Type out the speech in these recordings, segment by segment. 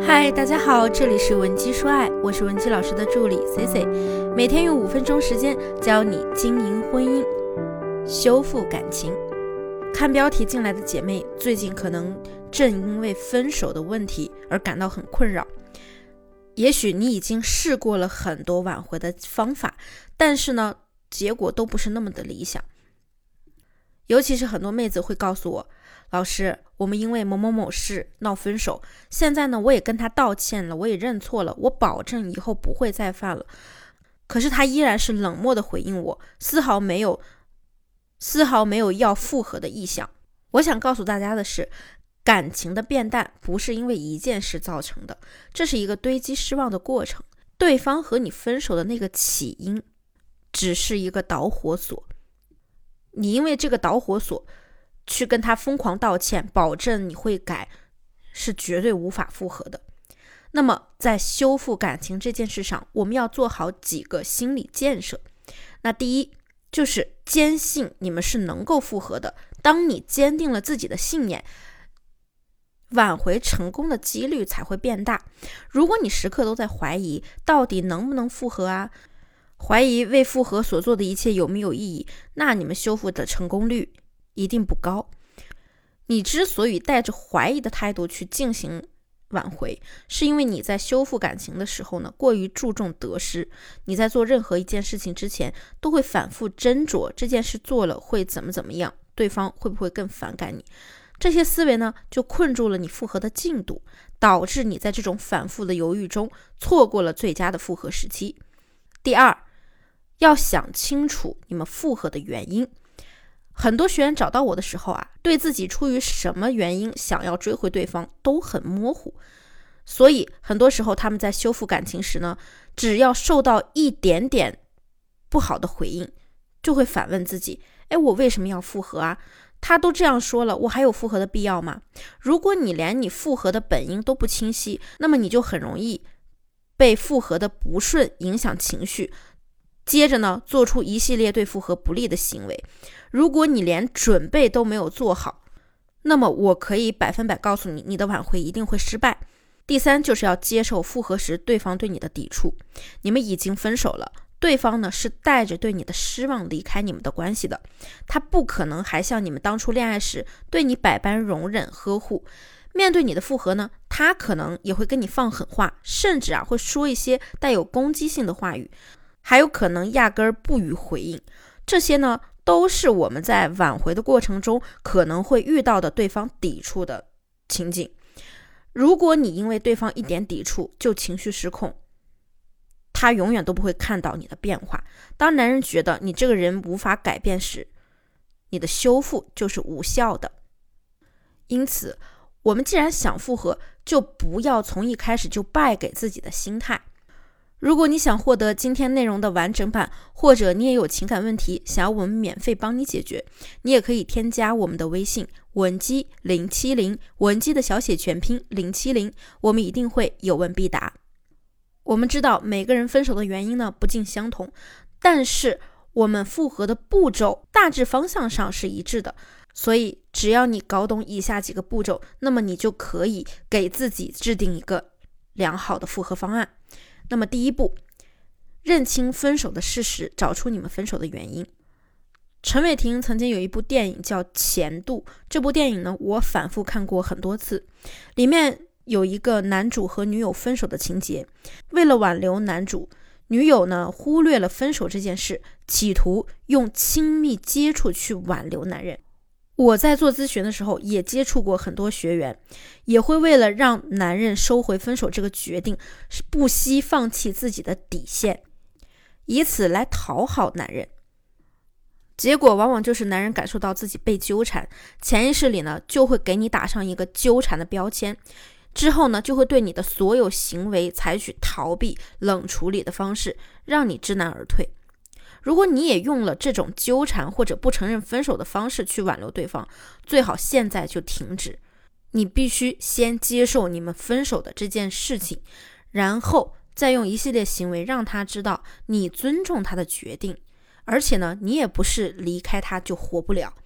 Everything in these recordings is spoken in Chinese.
嗨，大家好，这里是文姬说爱，我是文姬老师的助理 Cici， 每天用5分钟时间教你经营婚姻，修复感情。看标题进来的姐妹，最近可能正因为分手的问题而感到很困扰。也许你已经试过了很多挽回的方法，但是呢，结果都不是那么的理想。尤其是很多妹子会告诉我，老师，我们因为某某某事闹分手，现在呢我也跟他道歉了，我也认错了，我保证以后不会再犯了。可是他依然是冷漠的回应我，丝毫没有要复合的意向。我想告诉大家的是，感情的变淡不是因为一件事造成的，这是一个堆积失望的过程。对方和你分手的那个起因只是一个导火索，你因为这个导火索去跟他疯狂道歉，保证你会改，是绝对无法复合的。那么在修复感情这件事上，我们要做好几个心理建设。那第一，就是坚信你们是能够复合的。当你坚定了自己的信念，挽回成功的几率才会变大。如果你时刻都在怀疑到底能不能复合啊，怀疑为复合所做的一切有没有意义，那你们修复的成功率一定不高。你之所以带着怀疑的态度去进行挽回，是因为你在修复感情的时候呢，过于注重得失。你在做任何一件事情之前，都会反复斟酌这件事做了会怎么样，对方会不会更反感你。这些思维呢，就困住了你复合的进度，导致你在这种反复的犹豫中错过了最佳的复合时期。第二，要想清楚你们复合的原因。很多学员找到我的时候啊，对自己出于什么原因想要追回对方都很模糊，所以很多时候他们在修复感情时呢，只要受到一点点不好的回应，就会反问自己，我为什么要复合啊？他都这样说了，我还有复合的必要吗？如果你连你复合的本因都不清晰，那么你就很容易被复合的不顺影响情绪，接着呢，做出一系列对复合不利的行为。如果你连准备都没有做好，那么我可以100%告诉你，你的挽回一定会失败。第三，就是要接受复合时对方对你的抵触。你们已经分手了，对方呢是带着对你的失望离开你们的关系的，他不可能还像你们当初恋爱时对你百般容忍呵护。面对你的复合呢，他可能也会跟你放狠话，甚至会说一些带有攻击性的话语，还有可能压根儿不予回应。这些呢，都是我们在挽回的过程中可能会遇到的对方抵触的情景。如果你因为对方一点抵触就情绪失控，他永远都不会看到你的变化。当男人觉得你这个人无法改变时，你的修复就是无效的。因此，我们既然想复合，就不要从一开始就败给自己的心态。如果你想获得今天内容的完整版，或者你也有情感问题想要我们免费帮你解决，你也可以添加我们的微信文姬070，文姬的小写全拼070，我们一定会有问必答。我们知道每个人分手的原因呢不尽相同，但是我们复合的步骤大致方向上是一致的，所以只要你搞懂以下几个步骤，那么你就可以给自己制定一个良好的复合方案。那么第一步，认清分手的事实，找出你们分手的原因。陈伟霆曾经有一部电影叫《前度》，这部电影呢，我反复看过很多次。里面有一个男主和女友分手的情节，为了挽留男主，女友呢忽略了分手这件事，企图用亲密接触去挽留男人。我在做咨询的时候也接触过很多学员，也会为了让男人收回分手这个决定，不惜放弃自己的底线，以此来讨好男人。结果往往就是男人感受到自己被纠缠，潜意识里呢就会给你打上一个纠缠的标签，之后呢就会对你的所有行为采取逃避、冷处理的方式，让你知难而退。如果你也用了这种纠缠或者不承认分手的方式去挽留对方，最好现在就停止。你必须先接受你们分手的这件事情，然后再用一系列行为让他知道你尊重他的决定，而且呢，你也不是离开他就活不了。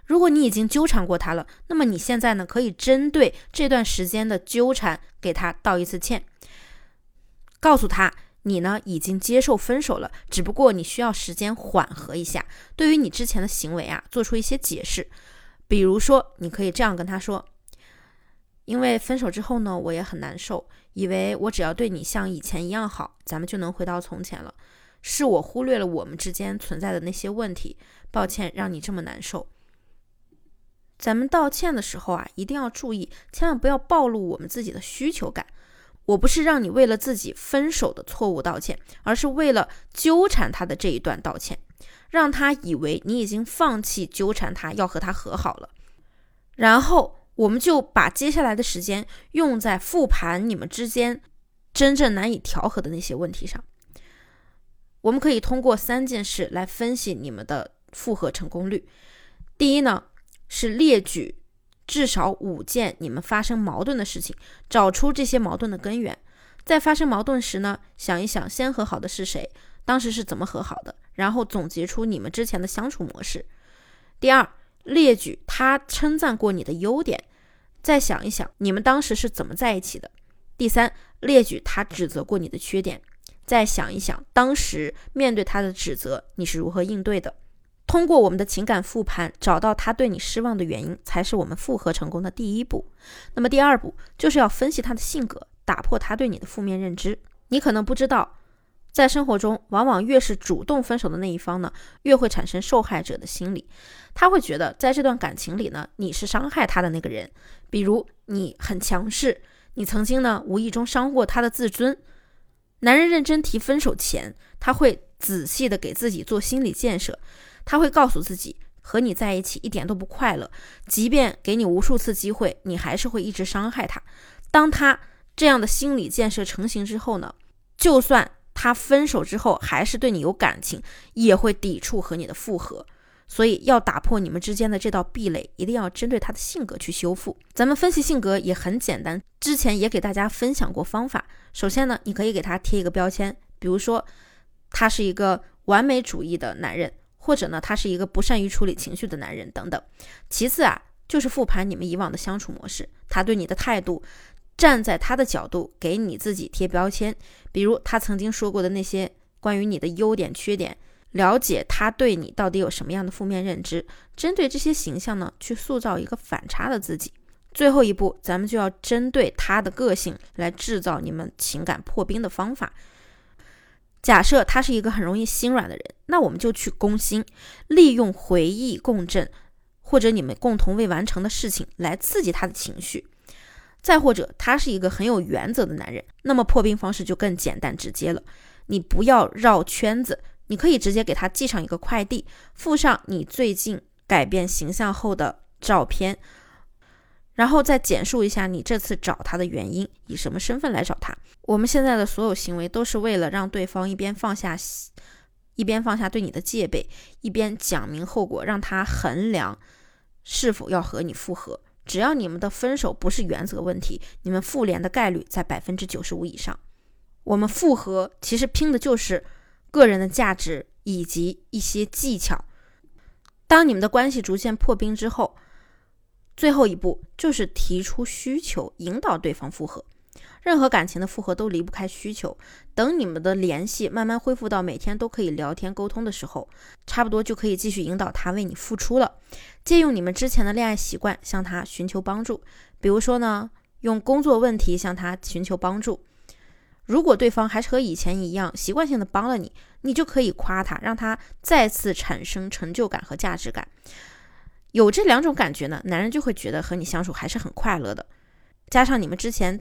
如果你已经纠缠过他了，那么你现在呢，可以针对这段时间的纠缠给他道一次歉，告诉他你呢已经接受分手了，只不过你需要时间缓和一下，对于你之前的行为做出一些解释。比如说你可以这样跟他说，因为分手之后呢，我也很难受，以为我只要对你像以前一样好，咱们就能回到从前了，是我忽略了我们之间存在的那些问题，抱歉让你这么难受。咱们道歉的时候一定要注意，千万不要暴露我们自己的需求感。我不是让你为了自己分手的错误道歉，而是为了纠缠他的这一段道歉，让他以为你已经放弃纠缠他，要和他和好了。然后我们就把接下来的时间用在复盘你们之间真正难以调和的那些问题上。我们可以通过3件事来分析你们的复合成功率。第一呢，是列举至少5件你们发生矛盾的事情，找出这些矛盾的根源。在发生矛盾时呢，想一想先和好的是谁，当时是怎么和好的，然后总结出你们之前的相处模式。第二，列举他称赞过你的优点，再想一想你们当时是怎么在一起的。第三，列举他指责过你的缺点，再想一想当时面对他的指责你是如何应对的。通过我们的情感复盘，找到他对你失望的原因，才是我们复合成功的第一步。那么第二步就是要分析他的性格，打破他对你的负面认知。你可能不知道，在生活中往往越是主动分手的那一方呢，越会产生受害者的心理。他会觉得在这段感情里呢，你是伤害他的那个人。比如你很强势，你曾经呢无意中伤过他的自尊。男人认真提分手前，他会仔细的给自己做心理建设，他会告诉自己和你在一起一点都不快乐，即便给你无数次机会，你还是会一直伤害他。当他这样的心理建设成型之后呢，就算他分手之后还是对你有感情，也会抵触和你的复合。所以要打破你们之间的这道壁垒，一定要针对他的性格去修复。咱们分析性格也很简单，之前也给大家分享过方法。首先呢，你可以给他贴一个标签，比如说他是一个完美主义的男人，或者呢他是一个不善于处理情绪的男人等等。其次就是复盘你们以往的相处模式，他对你的态度，站在他的角度给你自己贴标签，比如他曾经说过的那些关于你的优点缺点，了解他对你到底有什么样的负面认知，针对这些形象呢，去塑造一个反差的自己。最后一步，咱们就要针对他的个性来制造你们情感破冰的方法。假设他是一个很容易心软的人，那我们就去攻心，利用回忆共振或者你们共同未完成的事情来刺激他的情绪。再或者他是一个很有原则的男人，那么破冰方式就更简单直接了。你不要绕圈子，你可以直接给他寄上一个快递，附上你最近改变形象后的照片，然后再简述一下你这次找他的原因，以什么身份来找他。我们现在的所有行为都是为了让对方一边放下对你的戒备，一边讲明后果，让他衡量是否要和你复合。只要你们的分手不是原则问题，你们复联的概率在 95% 以上。我们复合其实拼的就是个人的价值以及一些技巧。当你们的关系逐渐破冰之后，最后一步就是提出需求，引导对方复合。任何感情的复合都离不开需求。等你们的联系慢慢恢复到每天都可以聊天沟通的时候，差不多就可以继续引导他为你付出了。借用你们之前的恋爱习惯，向他寻求帮助。比如说呢，用工作问题向他寻求帮助。如果对方还是和以前一样习惯性的帮了你，你就可以夸他，让他再次产生成就感和价值感。有这2种感觉呢，男人就会觉得和你相处还是很快乐的。加上你们之前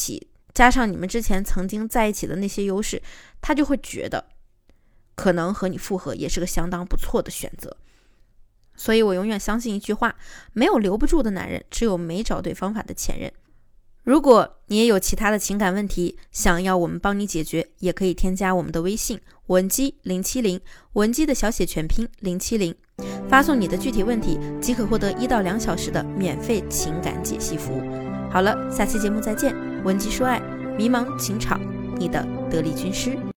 曾经在一起的那些优势，他就会觉得可能和你复合也是个相当不错的选择。所以我永远相信一句话，没有留不住的男人，只有没找对方法的前任。如果你也有其他的情感问题想要我们帮你解决，也可以添加我们的微信文姬070，文姬的小写全拼070，发送你的具体问题即可获得1到2小时的免费情感解析服务。好了，下期节目再见。文姬说爱，迷茫情场，你的得力军师。